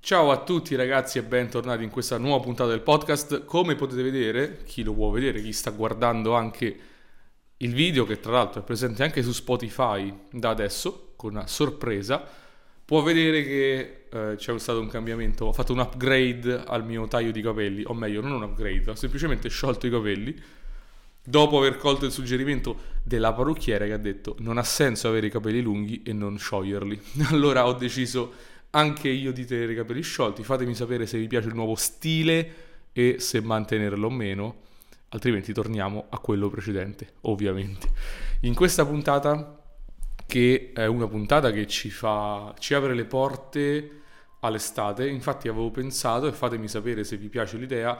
Ciao a tutti ragazzi e bentornati in questa nuova puntata del podcast. Come potete vedere, chi lo può vedere, chi sta guardando anche il video, che tra l'altro è presente anche su Spotify da adesso, con una sorpresa, può vedere che c'è stato un cambiamento. Ho fatto un upgrade al mio taglio di capelli, o meglio, non un upgrade, ho semplicemente sciolto i capelli dopo aver colto il suggerimento della parrucchiera che ha detto non ha senso avere i capelli lunghi e non scioglierli. Allora ho deciso anche io di tenere i capelli sciolti. Fatemi sapere se vi piace il nuovo stile e se mantenerlo o meno, altrimenti torniamo a quello precedente, ovviamente. In questa puntata, che è una puntata che ci apre le porte all'estate, infatti avevo pensato, e fatemi sapere se vi piace l'idea,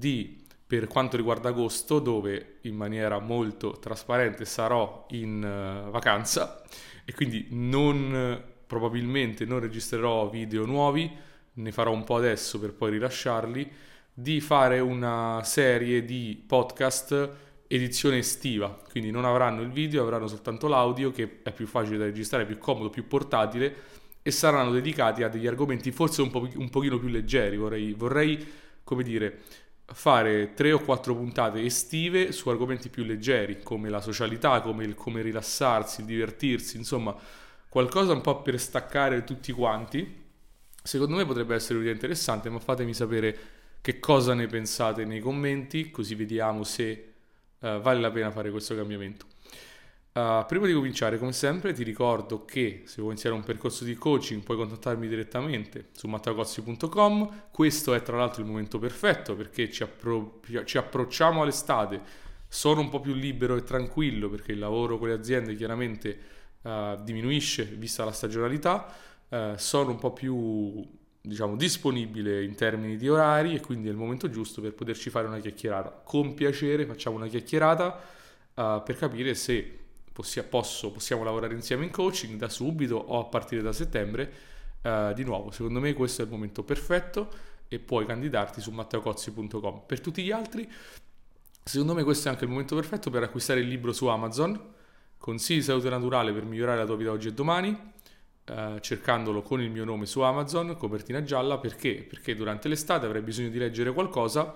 per quanto riguarda agosto, dove in maniera molto trasparente sarò in vacanza e quindi probabilmente non registrerò video nuovi, ne farò un po' adesso per poi rilasciarli, di fare una serie di podcast edizione estiva, quindi non avranno il video, avranno soltanto l'audio, che è più facile da registrare, più comodo, più portatile, e saranno dedicati a degli argomenti forse un pochino più leggeri. Vorrei, come dire, fare 3 o 4 puntate estive su argomenti più leggeri, come la socialità, come rilassarsi, il divertirsi, insomma, qualcosa un po' per staccare tutti quanti. Secondo me potrebbe essere un'idea interessante, ma fatemi sapere che cosa ne pensate nei commenti, così vediamo se vale la pena fare questo cambiamento. Prima di cominciare, come sempre, ti ricordo che se vuoi iniziare un percorso di coaching puoi contattarmi direttamente su matteocozzi.com. Questo è tra l'altro il momento perfetto perché ci approcciamo all'estate. Sono un po' più libero e tranquillo perché il lavoro con le aziende chiaramente diminuisce vista la stagionalità. Sono un po' più, diciamo, disponibile in termini di orari e quindi è il momento giusto per poterci fare una chiacchierata. Con piacere facciamo una chiacchierata per capire se possiamo lavorare insieme in coaching da subito o a partire da settembre. Di nuovo, secondo me questo è il momento perfetto e puoi candidarti su matteocozzi.com. Per tutti gli altri, secondo me questo è anche il momento perfetto per acquistare il libro su Amazon, Consigli di salute naturale per migliorare la tua vita oggi e domani, cercandolo con il mio nome su Amazon, copertina gialla. Perché durante l'estate avrai bisogno di leggere qualcosa.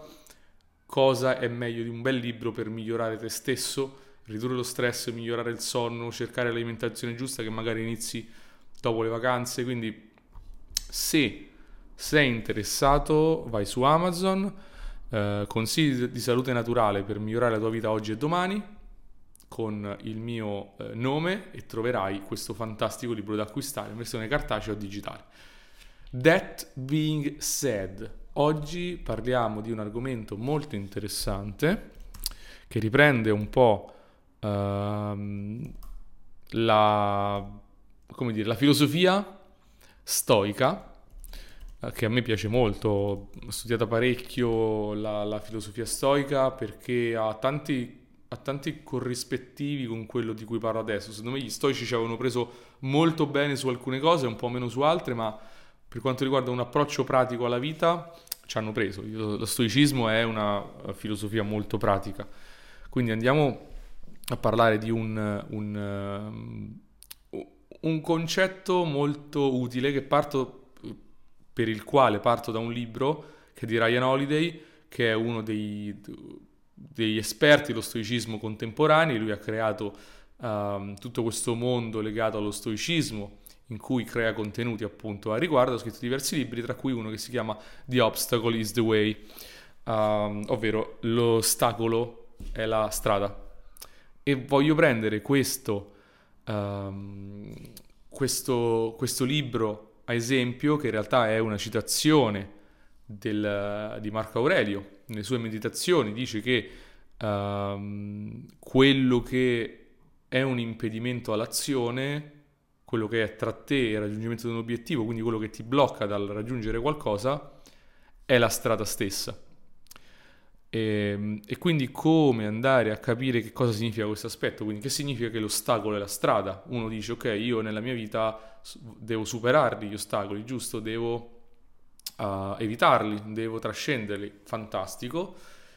Cosa è meglio di un bel libro per migliorare te stesso, ridurre lo stress, migliorare il sonno, cercare l'alimentazione giusta che magari inizi dopo le vacanze. Quindi se sei interessato vai su Amazon, consigli di salute naturale per migliorare la tua vita oggi e domani, con il mio nome, e troverai questo fantastico libro da acquistare in versione cartacea o digitale. That being said, oggi parliamo di un argomento molto interessante che riprende un po' la filosofia stoica, che a me piace molto. Ho studiato parecchio la filosofia stoica perché ha tanti corrispettivi con quello di cui parlo adesso. Secondo me gli stoici ci avevano preso molto bene su alcune cose, un po' meno su altre, ma per quanto riguarda un approccio pratico alla vita ci hanno preso. Lo stoicismo è una filosofia molto pratica. Quindi andiamo a parlare di un concetto molto utile per il quale parto da un libro che è di Ryan Holiday, che è uno degli esperti dello stoicismo contemporanei. Lui ha creato tutto questo mondo legato allo stoicismo, in cui crea contenuti appunto a riguardo. Ha scritto diversi libri, tra cui uno che si chiama The Obstacle is the Way, ovvero l'ostacolo è la strada. E voglio prendere questo libro a esempio, che in realtà è una citazione di Marco Aurelio. Nelle sue meditazioni dice che quello che è un impedimento all'azione, quello che è tra te e il raggiungimento di un obiettivo, quindi quello che ti blocca dal raggiungere qualcosa, è la strada stessa. E quindi come andare a capire che cosa significa questo aspetto, quindi che significa che l'ostacolo è la strada. Uno dice ok, io nella mia vita devo superarli gli ostacoli, giusto? Devo evitarli, devo trascenderli, fantastico.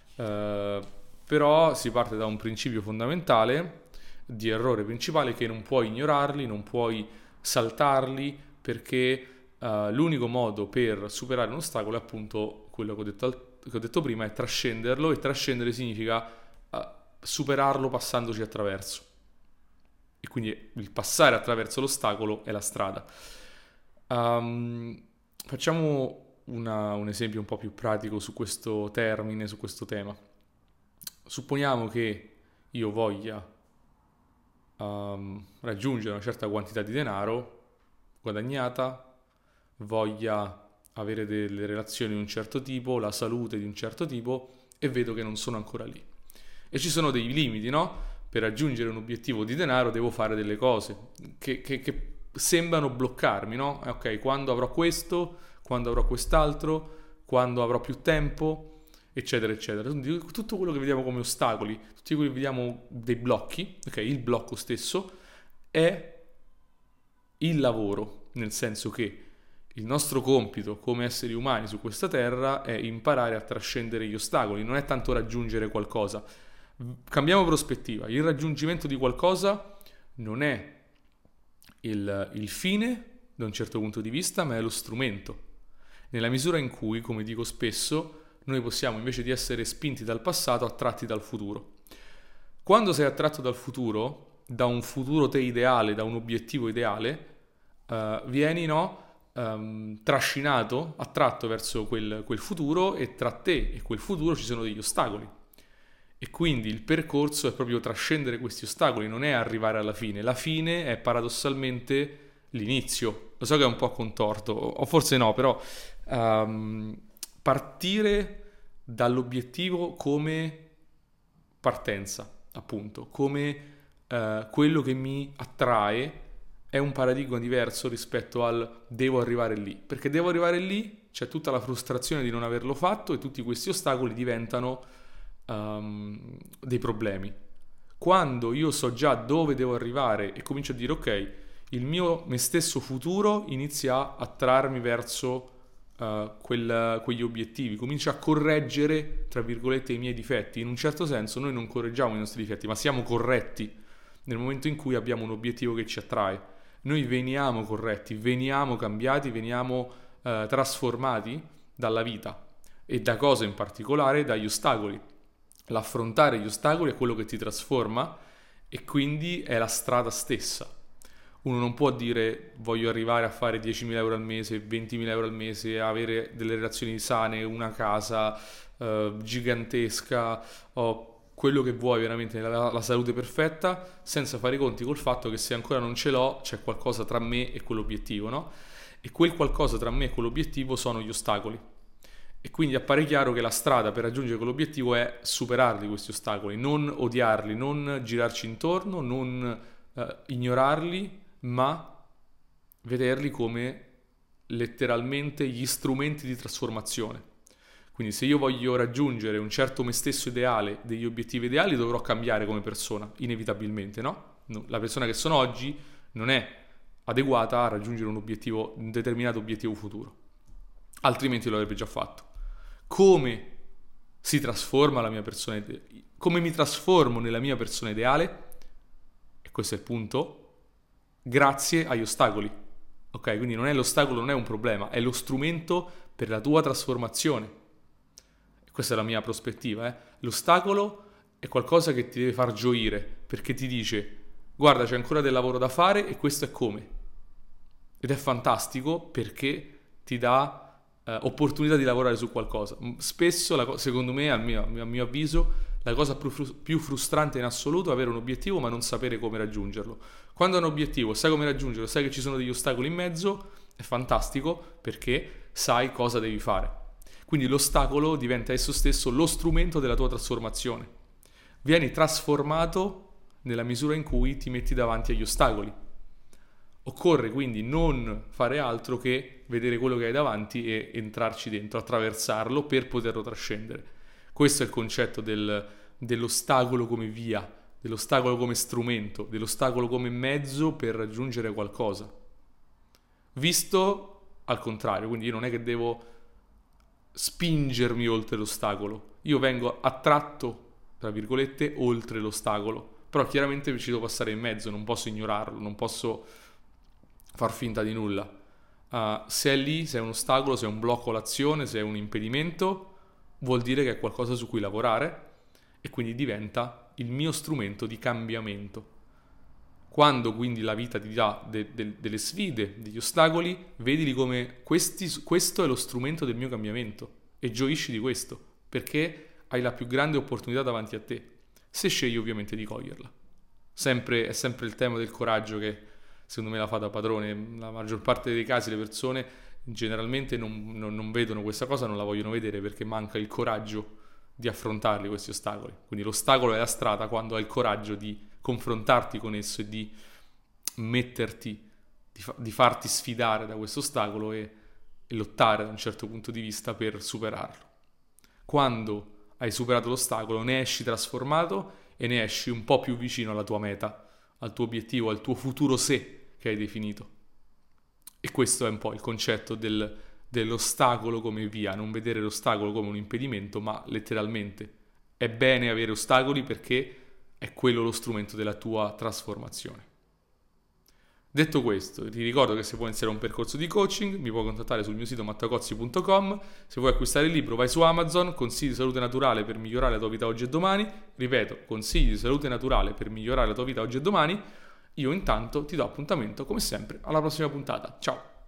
Però si parte da un principio fondamentale di errore principale, che non puoi ignorarli, non puoi saltarli, perché l'unico modo per superare un ostacolo è appunto quello che ho detto prima, è trascenderlo, e trascendere significa superarlo passandoci attraverso. E quindi il passare attraverso l'ostacolo è la strada. Facciamo un esempio un po' più pratico su questo termine, su questo tema. Supponiamo che io voglia raggiungere una certa quantità di denaro guadagnata, voglia avere delle relazioni di un certo tipo, la salute di un certo tipo, e vedo che non sono ancora lì. E ci sono dei limiti, no? Per raggiungere un obiettivo di denaro devo fare delle cose che sembrano bloccarmi, no? Ok, quando avrò questo, quando avrò quest'altro, quando avrò più tempo, eccetera, eccetera. Quindi tutto quello che vediamo come ostacoli, tutti quelli che vediamo dei blocchi, ok, il blocco stesso è il lavoro, nel senso che il nostro compito come esseri umani su questa terra è imparare a trascendere gli ostacoli, non è tanto raggiungere qualcosa. Cambiamo prospettiva, il raggiungimento di qualcosa non è il fine da un certo punto di vista, ma è lo strumento. Nella misura in cui, come dico spesso, noi possiamo, invece di essere spinti dal passato, attratti dal futuro. Quando sei attratto dal futuro, da un futuro te ideale, da un obiettivo ideale, vieni, no, trascinato, attratto verso quel futuro, e tra te e quel futuro ci sono degli ostacoli. E quindi il percorso è proprio trascendere questi ostacoli, non è arrivare alla fine. La fine è paradossalmente l'inizio. Lo so che è un po' contorto, o forse no, però partire dall'obiettivo come partenza, appunto, come quello che mi attrae, è un paradigma diverso rispetto al devo arrivare lì. Perché devo arrivare lì, c'è tutta la frustrazione di non averlo fatto, e tutti questi ostacoli diventano dei problemi. Quando io so già dove devo arrivare e comincio a dire ok, il mio me stesso futuro inizia a attrarmi verso quegli obiettivi, comincio a correggere, tra virgolette, i miei difetti. In un certo senso noi non correggiamo i nostri difetti, ma siamo corretti nel momento in cui abbiamo un obiettivo che ci attrae. Noi veniamo corretti, veniamo cambiati, veniamo trasformati dalla vita, e da cosa in particolare? Dagli ostacoli. L'affrontare gli ostacoli è quello che ti trasforma, e quindi è la strada stessa. Uno non può dire voglio arrivare a fare 10.000 euro al mese, 20.000 euro al mese, avere delle relazioni sane, una casa gigantesca, o quello che vuoi veramente, la salute perfetta, senza fare i conti col fatto che se ancora non ce l'ho c'è qualcosa tra me e quell'obiettivo, no? E quel qualcosa tra me e quell'obiettivo sono gli ostacoli. E quindi appare chiaro che la strada per raggiungere quell'obiettivo è superarli questi ostacoli, non odiarli, non girarci intorno, non ignorarli, ma vederli come letteralmente gli strumenti di trasformazione. Quindi se io voglio raggiungere un certo me stesso ideale, degli obiettivi ideali, dovrò cambiare come persona, inevitabilmente, no? La persona che sono oggi non è adeguata a raggiungere un determinato obiettivo futuro, altrimenti lo avrebbe già fatto. Come si trasforma la mia persona ideale? Come mi trasformo nella mia persona ideale? E questo è il punto. Grazie agli ostacoli. Ok, quindi l'ostacolo non è un problema, è lo strumento per la tua trasformazione. E questa è la mia prospettiva. L'ostacolo è qualcosa che ti deve far gioire, perché ti dice guarda, c'è ancora del lavoro da fare, e questo è come. Ed è fantastico perché ti dà opportunità di lavorare su qualcosa. Spesso, secondo me, a mio avviso, la cosa più frustrante in assoluto è avere un obiettivo ma non sapere come raggiungerlo. Quando hai un obiettivo, sai come raggiungerlo, sai che ci sono degli ostacoli in mezzo, è fantastico perché sai cosa devi fare. Quindi l'ostacolo diventa esso stesso lo strumento della tua trasformazione. Vieni trasformato nella misura in cui ti metti davanti agli ostacoli. Occorre quindi non fare altro che vedere quello che hai davanti e entrarci dentro, attraversarlo per poterlo trascendere. Questo è il concetto dell'ostacolo come via, dell'ostacolo come strumento, dell'ostacolo come mezzo per raggiungere qualcosa. Visto al contrario, quindi io non è che devo spingermi oltre l'ostacolo, io vengo attratto, tra virgolette, oltre l'ostacolo, però chiaramente ci devo passare in mezzo, non posso ignorarlo, non posso far finta di nulla. Se è lì, se è un ostacolo, se è un blocco all'azione, se è un impedimento, vuol dire che è qualcosa su cui lavorare e quindi diventa il mio strumento di cambiamento. Quando quindi la vita ti dà delle sfide, degli ostacoli, vedili come questo è lo strumento del mio cambiamento e gioisci di questo, perché hai la più grande opportunità davanti a te, se scegli ovviamente di coglierla. È sempre il tema del coraggio che secondo me la fa da padrone. La maggior parte dei casi le persone generalmente non vedono questa cosa, non la vogliono vedere perché manca il coraggio di affrontarli questi ostacoli. Quindi l'ostacolo è la strada quando hai il coraggio di confrontarti con esso e di metterti, di farti sfidare da questo ostacolo e lottare da un certo punto di vista per superarlo. Quando hai superato l'ostacolo ne esci trasformato e ne esci un po' più vicino alla tua meta, al tuo obiettivo, al tuo futuro sé che hai definito. E questo è un po' il concetto dell'ostacolo come via, non vedere l'ostacolo come un impedimento, ma letteralmente è bene avere ostacoli perché è quello lo strumento della tua trasformazione. Detto questo, ti ricordo che se vuoi iniziare un percorso di coaching mi puoi contattare sul mio sito mattacozzi.com. Se vuoi acquistare il libro vai su Amazon, consigli di salute naturale per migliorare la tua vita oggi e domani. Ripeto, consigli di salute naturale per migliorare la tua vita oggi e domani. Io intanto ti do appuntamento come sempre alla prossima puntata. Ciao!